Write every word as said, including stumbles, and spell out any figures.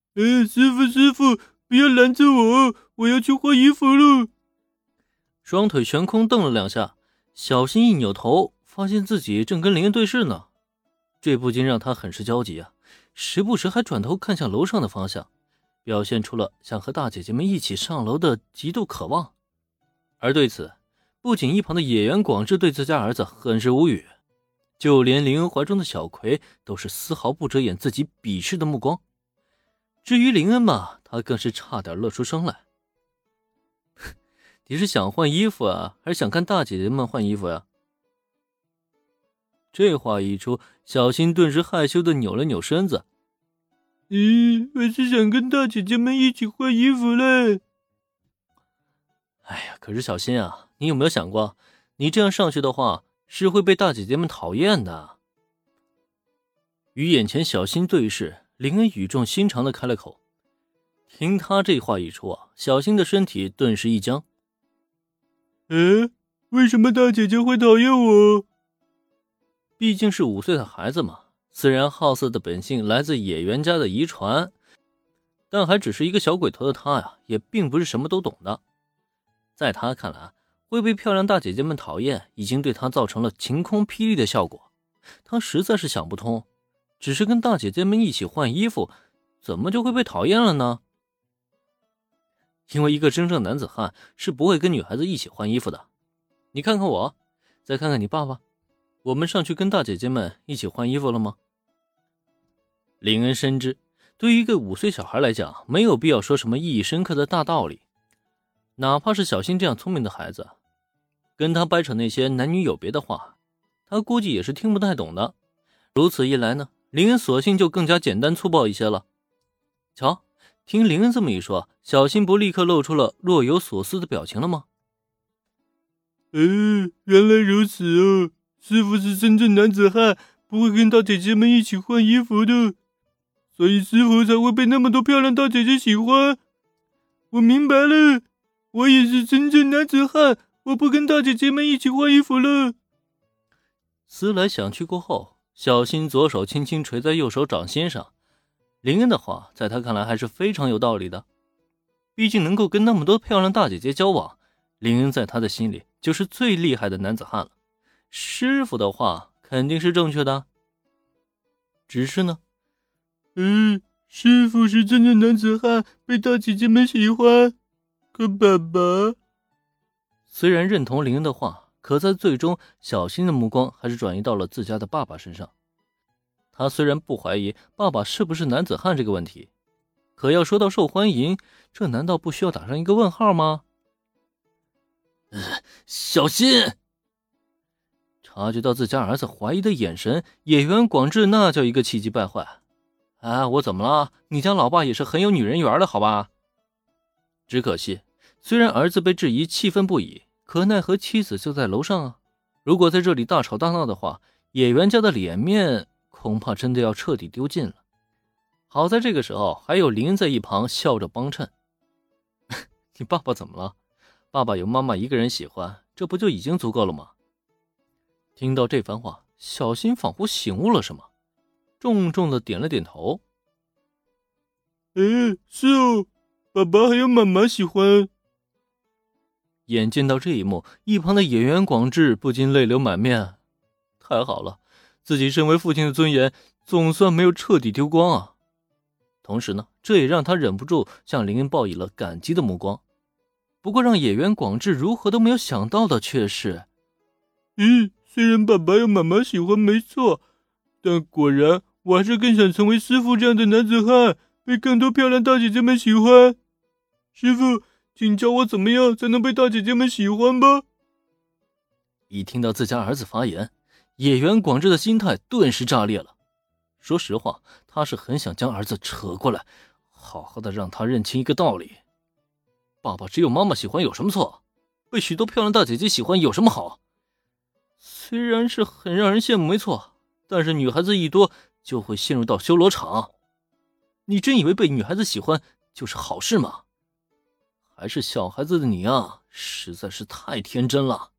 呃，师傅师傅，不要拦着我，我要去换衣服了。 双腿悬空蹬了两下，小新一扭头，发现自己正跟林恩对视呢，这不禁让他很是焦急啊，时不时还转头看向楼上的方向，表现出了想和大姐姐们一起上楼的极度渴望。而对此，不仅一旁的野原广志对自家儿子很是无语，就连林恩怀中的小葵都是丝毫不遮掩自己鄙视的目光。至于林恩嘛，他更是差点乐出声来。你是想换衣服啊，还是想看大姐姐们换衣服呀？这话一出，小新顿时害羞的扭了扭身子。 咦，我是想跟大姐姐们一起换衣服嘞。 哎呀，可是小新啊，你有没有想过，你这样上去的话，是会被大姐姐们讨厌的。与眼前小新对视，林恩语重心长的开了口。听他这话一出啊，小新的身体顿时一僵。 呃，为什么大姐姐会讨厌我？ 毕竟是五岁的孩子嘛，虽然好色的本性来自野原家的遗传，但还只是一个小鬼头的他呀，也并不是什么都懂的。在他看来，会被漂亮大姐姐们讨厌，已经对他造成了晴空霹雳的效果。他实在是想不通，只是跟大姐姐们一起换衣服，怎么就会被讨厌了呢？因为一个真正男子汉是不会跟女孩子一起换衣服的。你看看我，再看看你爸爸，我们上去跟大姐姐们一起换衣服了吗？林恩深知，对于一个五岁小孩来讲，没有必要说什么意义深刻的大道理。哪怕是小新这样聪明的孩子，跟他掰扯那些男女有别的话，他估计也是听不太懂的。如此一来呢，林恩索性就更加简单粗暴一些了。瞧，听林恩这么一说，小新不立刻露出了若有所思的表情了吗？ 呃，原来如此哦，师傅是真正男子汉，不会跟大姐姐们一起换衣服的，所以师傅才会被那么多漂亮大姐姐喜欢。我明白了，我也是真正男子汉，我不跟大姐姐们一起换衣服了。 思来想去过后，小新左手轻轻捶在右手掌心上。林恩的话在他看来还是非常有道理的，毕竟能够跟那么多漂亮大姐姐交往，林恩在他的心里就是最厉害的男子汉了。师傅的话肯定是正确的。只是呢， 嗯，师傅是真正男子汉，被大姐姐们喜欢。可爸爸虽然认同林恩的话，可在最终小新的目光还是转移到了自家的爸爸身上。他虽然不怀疑爸爸是不是男子汉这个问题，可要说到受欢迎，这难道不需要打上一个问号吗？呃、小新察觉到自家儿子怀疑的眼神，野原广志那叫一个气急败坏。啊，我怎么了？你家老爸也是很有女人缘的好吧？只可惜，虽然儿子被质疑气愤不已，可奈何妻子就在楼上啊。如果在这里大吵大闹的话，野原家的脸面恐怕真的要彻底丢尽了。好在这个时候还有林恩在一旁笑着帮衬。你爸爸怎么了？爸爸有妈妈一个人喜欢，这不就已经足够了吗？听到这番话，小新仿佛醒悟了什么，重重的点了点头。 呃，是哦，爸爸还有妈妈喜欢。 眼见到这一幕，一旁的野原广志不禁泪流满面。太好了，自己身为父亲的尊严总算没有彻底丢光啊。同时呢，这也让他忍不住向林恩报以了感激的目光。不过让野原广志如何都没有想到的却是， 嗯，虽然爸爸有妈妈喜欢没错，但果然我还是更想成为师傅这样的男子汉，被更多漂亮大姐姐们喜欢。师傅，请教我怎么样才能被大姐姐们喜欢吧。 一听到自家儿子发言，野原广志的心态顿时炸裂了。说实话，他是很想将儿子扯过来，好好的让他认清一个道理。爸爸只有妈妈喜欢有什么错？被许多漂亮大姐姐喜欢有什么好？虽然是很让人羡慕没错，但是女孩子一多就会陷入到修罗场。你真以为被女孩子喜欢就是好事吗？还是小孩子的你啊，实在是太天真了。